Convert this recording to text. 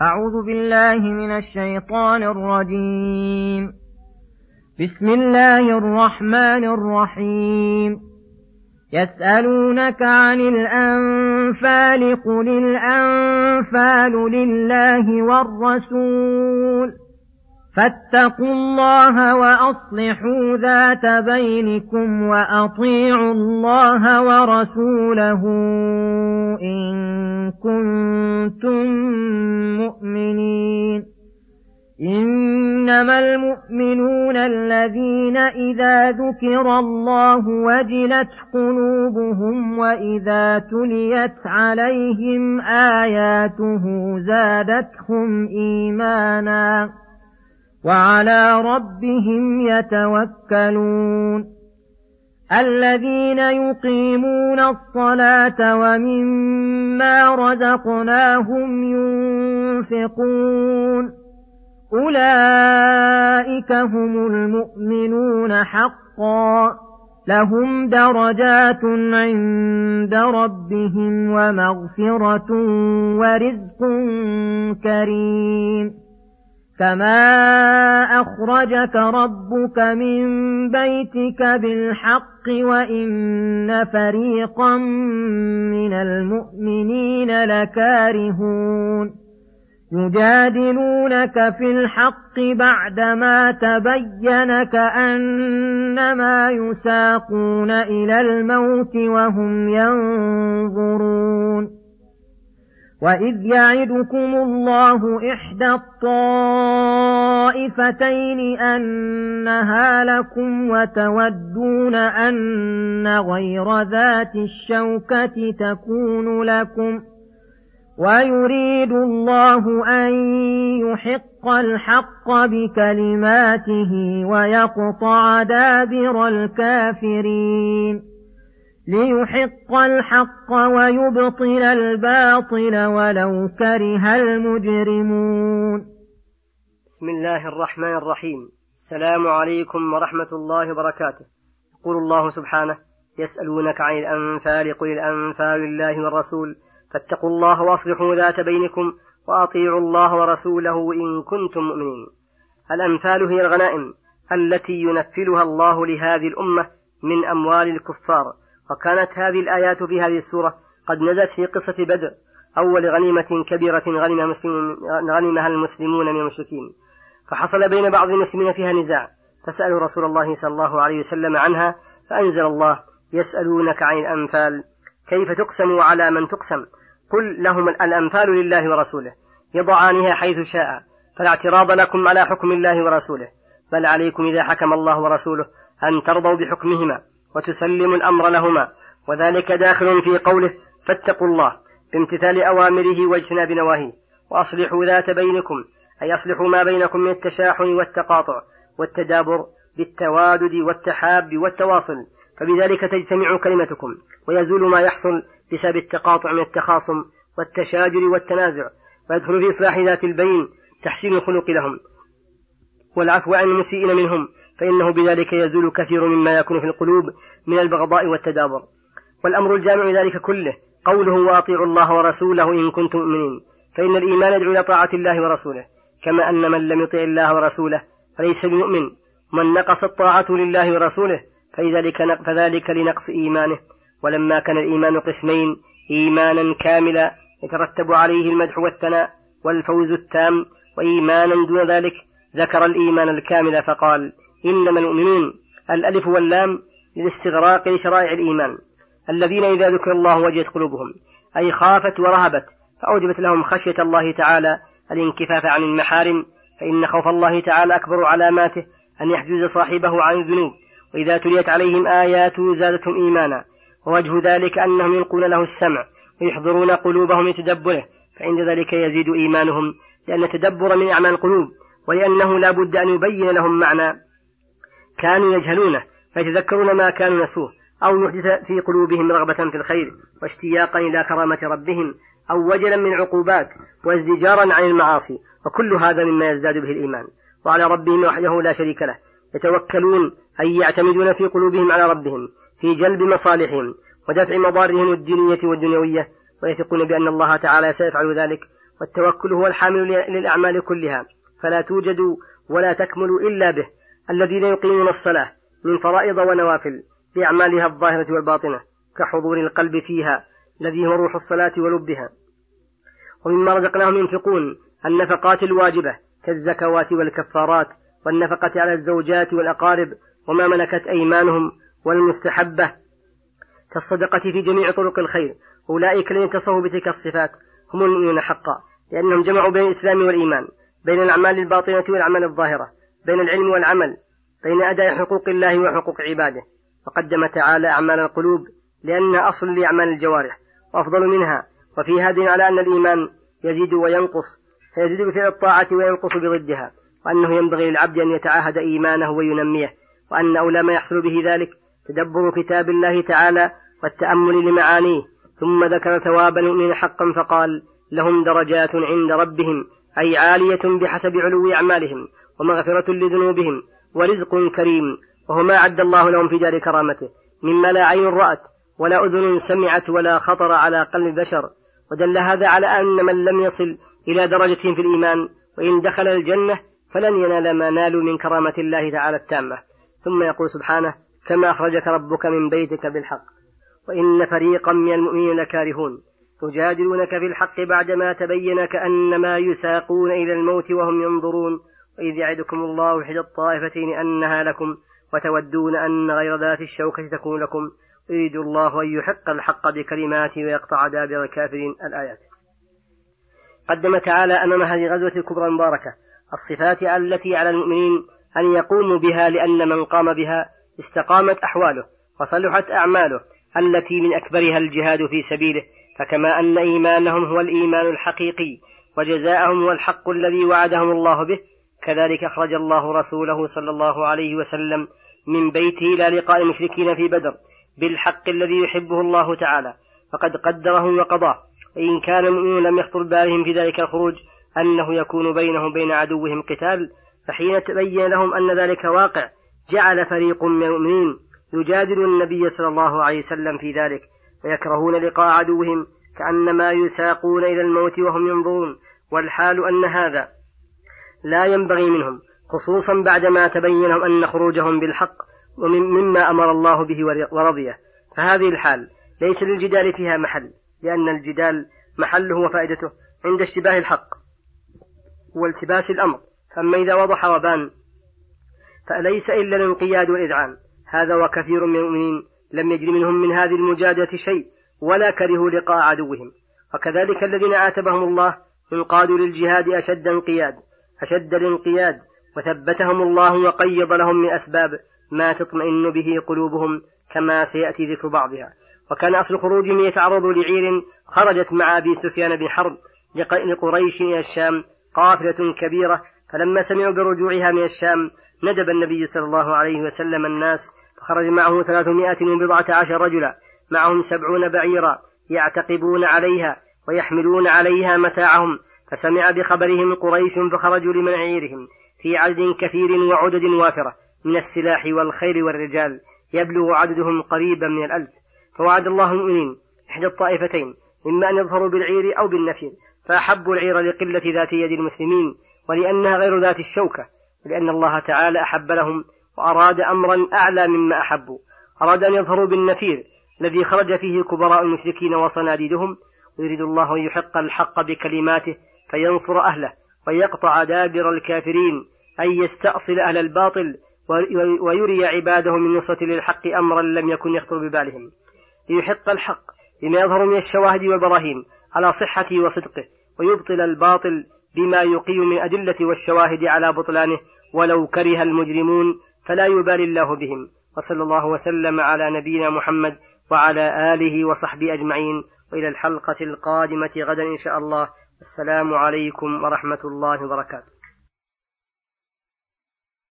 أعوذ بالله من الشيطان الرجيم. بسم الله الرحمن الرحيم. يسألونك عن الأنفال قل الأنفال لله والرسول فاتقوا الله وأصلحوا ذات بينكم وأطيعوا الله ورسوله إن كنتم مؤمنين. إنما المؤمنون الذين إذا ذكر الله وجلت قلوبهم وإذا تليت عليهم آياته زادتهم إيمانا وعلى ربهم يتوكلون. الذين يقيمون الصلاة ومما رزقناهم ينفقون أولئك هم المؤمنون حقا لهم درجات عند ربهم ومغفرة ورزق كريم. كما أخرجك ربك من بيتك بالحق وإن فريقا من المؤمنين لكارهون يجادلونك في الحق بعدما تبين كأنما يساقون إلى الموت وهم ينظرون. وإذ يعدكم الله إحدى الطائفتين أنها لكم وتودون أن غير ذات الشوكة تكون لكم ويريد الله أن يحق الحق بكلماته ويقطع دابر الكافرين ليحق الحق ويبطل الباطل ولو كره المجرمون. بسم الله الرحمن الرحيم. السلام عليكم ورحمة الله وبركاته. يقول الله سبحانه: يسألونك عن الأنفال قل الأنفال لله والرسول فاتقوا الله وأصلحوا ذات بينكم وأطيعوا الله ورسوله إن كنتم مؤمنين. الأنفال هي الغنائم التي ينفلها الله لهذه الأمة من أموال الكفار. وكانت هذه الآيات في هذه السورة قد نزلت في قصة بدر، أول غنيمة كبيرة غنمها المسلمون من المشركين، فحصل بين بعض المسلمين فيها نزاع، فسألوا رسول الله صلى الله عليه وسلم عنها، فأنزل الله: يسألونك عن الأنفال كيف تقسم على من تقسم قل لهم الأنفال لله ورسوله يضعانها حيث شاء فلا اعتراض لكم على حكم الله ورسوله، بل عليكم إذا حكم الله ورسوله أن ترضوا بحكمهما وتسلموا الأمر لهما، وذلك داخل في قوله: فاتقوا الله بامتثال أوامره واجتناب نواهيه وأصلحوا ذات بينكم، أي أصلحوا ما بينكم من التشاحن والتقاطع والتدابر بالتوادد والتحاب والتواصل، فبذلك تجتمع كلمتكم ويزول ما يحصل بسبب التقاطع من التخاصم والتشاجر والتنازع، ويدخل في إصلاح ذات البين تحسين الخلق لهم والعفو عن المسيئين منهم، فإنه بذلك يزول كثير مما يكون في القلوب من البغضاء والتدابر. والأمر الجامع ذلك كله قوله: وأطيعوا الله ورسوله إن كنتم مؤمنين، فإن الإيمان يدعو إلى طاعة الله ورسوله، كما أن من لم يطع الله ورسوله فليس بمؤمن، ومن نقصت طاعته لله ورسوله فذلك لنقص إيمانه. ولما كان الإيمان قسمين: إيمانا كاملا يترتب عليه المدح والثناء والفوز التام، وإيمانا دون ذلك، ذكر الإيمان الكامل فقال: إنما المؤمنون الألف واللام للاستغراق لشرائع الإيمان، الذين إذا ذكر الله وجلت قلوبهم، أي خافت ورهبت، فأوجبت لهم خشية الله تعالى الانكفاف عن المحارم، فإن خوف الله تعالى أكبر علاماته أن يحجز صاحبه عن الذنوب، وإذا تليت عليهم آياته زادتهم إيمانا، ووجه ذلك أنهم يلقون له السمع ويحضرون قلوبهم لتدبره، فعند ذلك يزيد إيمانهم، لأن التدبر من أعمال القلوب، ولأنه لا بد أن يبين لهم معنى كانوا يجهلونه فيتذكرون ما كانوا نسوه، أو يحدث في قلوبهم رغبة في الخير واشتياقا إلى كرامة ربهم، أو وجلا من عقوبات وازدجارا عن المعاصي، وكل هذا مما يزداد به الإيمان. وعلى ربهم وحده لا شريك له يتوكلون، أي يعتمدون في قلوبهم على ربهم في جلب مصالحهم ودفع مضارهم الدينية والدنيوية، ويثقون بأن الله تعالى سيفعل ذلك، والتوكل هو الحامل للأعمال كلها، فلا توجد ولا تكمل إلا به. الذين يقيمون الصلاة من فرائض ونوافل بأعمالها الظاهرة والباطنة كحضور القلب فيها الذي هو روح الصلاة ولبها. ومما رزقناهم ينفقون النفقات الواجبة كالزكوات والكفارات والنفقة على الزوجات والأقارب وما ملكت أيمانهم، والمستحبة كالصدقة في جميع طرق الخير. أولئك الذين اتصفوا بتلك الصفات هم المؤمنون حقا، لأنهم جمعوا بين الإسلام والإيمان، بين الأعمال الباطنة والأعمال الظاهرة، بين العلم والعمل، بين أداء حقوق الله وحقوق عباده. وقدم تعالى أعمال القلوب لأنها أصل لأعمال الجوارح وأفضل منها. وفي هذه على أن الإيمان يزيد وينقص، فيزيد بفعل الطاعة وينقص بضدها، وأنه ينبغي للعبد أن يتعاهد إيمانه وينميه، وأن أولى ما يحصل به ذلك تدبر كتاب الله تعالى والتأمل لمعانيه. ثم ذكر ثواب المؤمنين حقا فقال لهم درجات عند ربهم، أي عالية بحسب علو أعمالهم، ومغفرة لذنوبهم، ورزق كريم، وهو ما أعد الله لهم في دار كرامته مما لا عين رأت ولا أذن سمعت ولا خطر على قلب بشر. ودل هذا على أن من لم يصل إلى درجتهم في الإيمان وإن دخل الجنة فلن ينال ما نالوا من كرامة الله تعالى التامة. ثم يقول سبحانه كما أخرجك ربك من بيتك بالحق وإن فريقا من المؤمنين لكارهون تجادلونك في الحق بعدما تبين كأنما يساقون إلى الموت وهم ينظرون وإذ يعدكم الله إحدى الطائفتين أنها لكم وتودون أن غير ذات الشوكة تكون لكم يريد الله أن يحق الحق بكلماته ويقطع دابر الكافرين. الآيات. قدم تعالى أمام هذه الغزوة الكبرى المباركة الصفات التي على المؤمنين أن يقوموا بها، لأن من قام بها استقامت أحواله وصلحت أعماله التي من أكبرها الجهاد في سبيله. فكما أن إيمانهم هو الإيمان الحقيقي وجزاءهم هو الحق الذي وعدهم الله به، كذلك أخرج الله رسوله صلى الله عليه وسلم من بيته إلى لقاء المشركين في بدر بالحق الذي يحبه الله تعالى، فقد قدره وقضاه. وإن كان المؤمنون لم يخطر بالهم في ذلك الخروج أنه يكون بينهم وبين عدوهم قتال، فحين تبين لهم أن ذلك واقع جعل فريق من المؤمنين يجادل النبي صلى الله عليه وسلم في ذلك، ويكرهون لقاء عدوهم كأنما يساقون إلى الموت وهم ينظرون، والحال أن هذا لا ينبغي منهم، خصوصا بعدما تبين لهم أن خروجهم بالحق مما أمر الله به ورضيه. فهذه الحال ليس للجدال فيها محل، لأن الجدال محله وفائدته عند اشتباه الحق والتباس الأمر. فأما إذا وضح وبان فليس إلا الانقياد والإذعان. هذا وكثير من المؤمنين لم يجر منهم من هذه المجادلة شيء ولا كرهوا لقاء عدوهم. وكذلك الذين عاتبهم الله انقادوا للجهاد أشد الانقياد، وثبتهم الله وقيض لهم من أسباب ما تطمئن به قلوبهم كما سيأتي ذكر بعضها. وكان أصل خروجهم يتعرضوا لعير خرجت مع أبي سفيان بن حرب لقريش إلى الشام قافلة كبيرة، فلما سمعوا برجوعها من الشام ندب النبي صلى الله عليه وسلم الناس، فخرج معه 314 رجلا معهم 70 بعيرا يعتقبون عليها ويحملون عليها متاعهم، فسمع بخبرهم قريش فخرجوا لمنع عيرهم في عدد كثير وعدد وافرة من السلاح والخيل والرجال يبلغ عددهم قريبا من 1000. فوعد الله المؤمنين إحدى الطائفتين، إما أن يظهروا بالعير أو بالنفير، فأحبوا العير لقلة ذات يد المسلمين ولأنها غير ذات الشوكة، ولأن الله تعالى أحب لهم وأراد أمرا أعلى مما أحبوا. أراد أن يظهروا بالنفير الذي خرج فيه كبراء المشركين وصناديدهم، ويريد الله أن يحق الحق بكلماته فينصر أهله ويقطع دابر الكافرين، أي يستأصل أهل الباطل ويري عباده من نصرة للحق أمرا لم يكن يخطر ببالهم، ليحق الحق بما يظهر من الشواهد والبراهين على صحته وصدقه، ويبطل الباطل بما يقيم من أدلة والشواهد على بطلانه ولو كره المجرمون، فلا يبالي الله بهم. وصلى الله وسلم على نبينا محمد وعلى آله وصحبه أجمعين، وإلى الحلقة القادمة غدا إن شاء الله. السلام عليكم ورحمة الله وبركاته.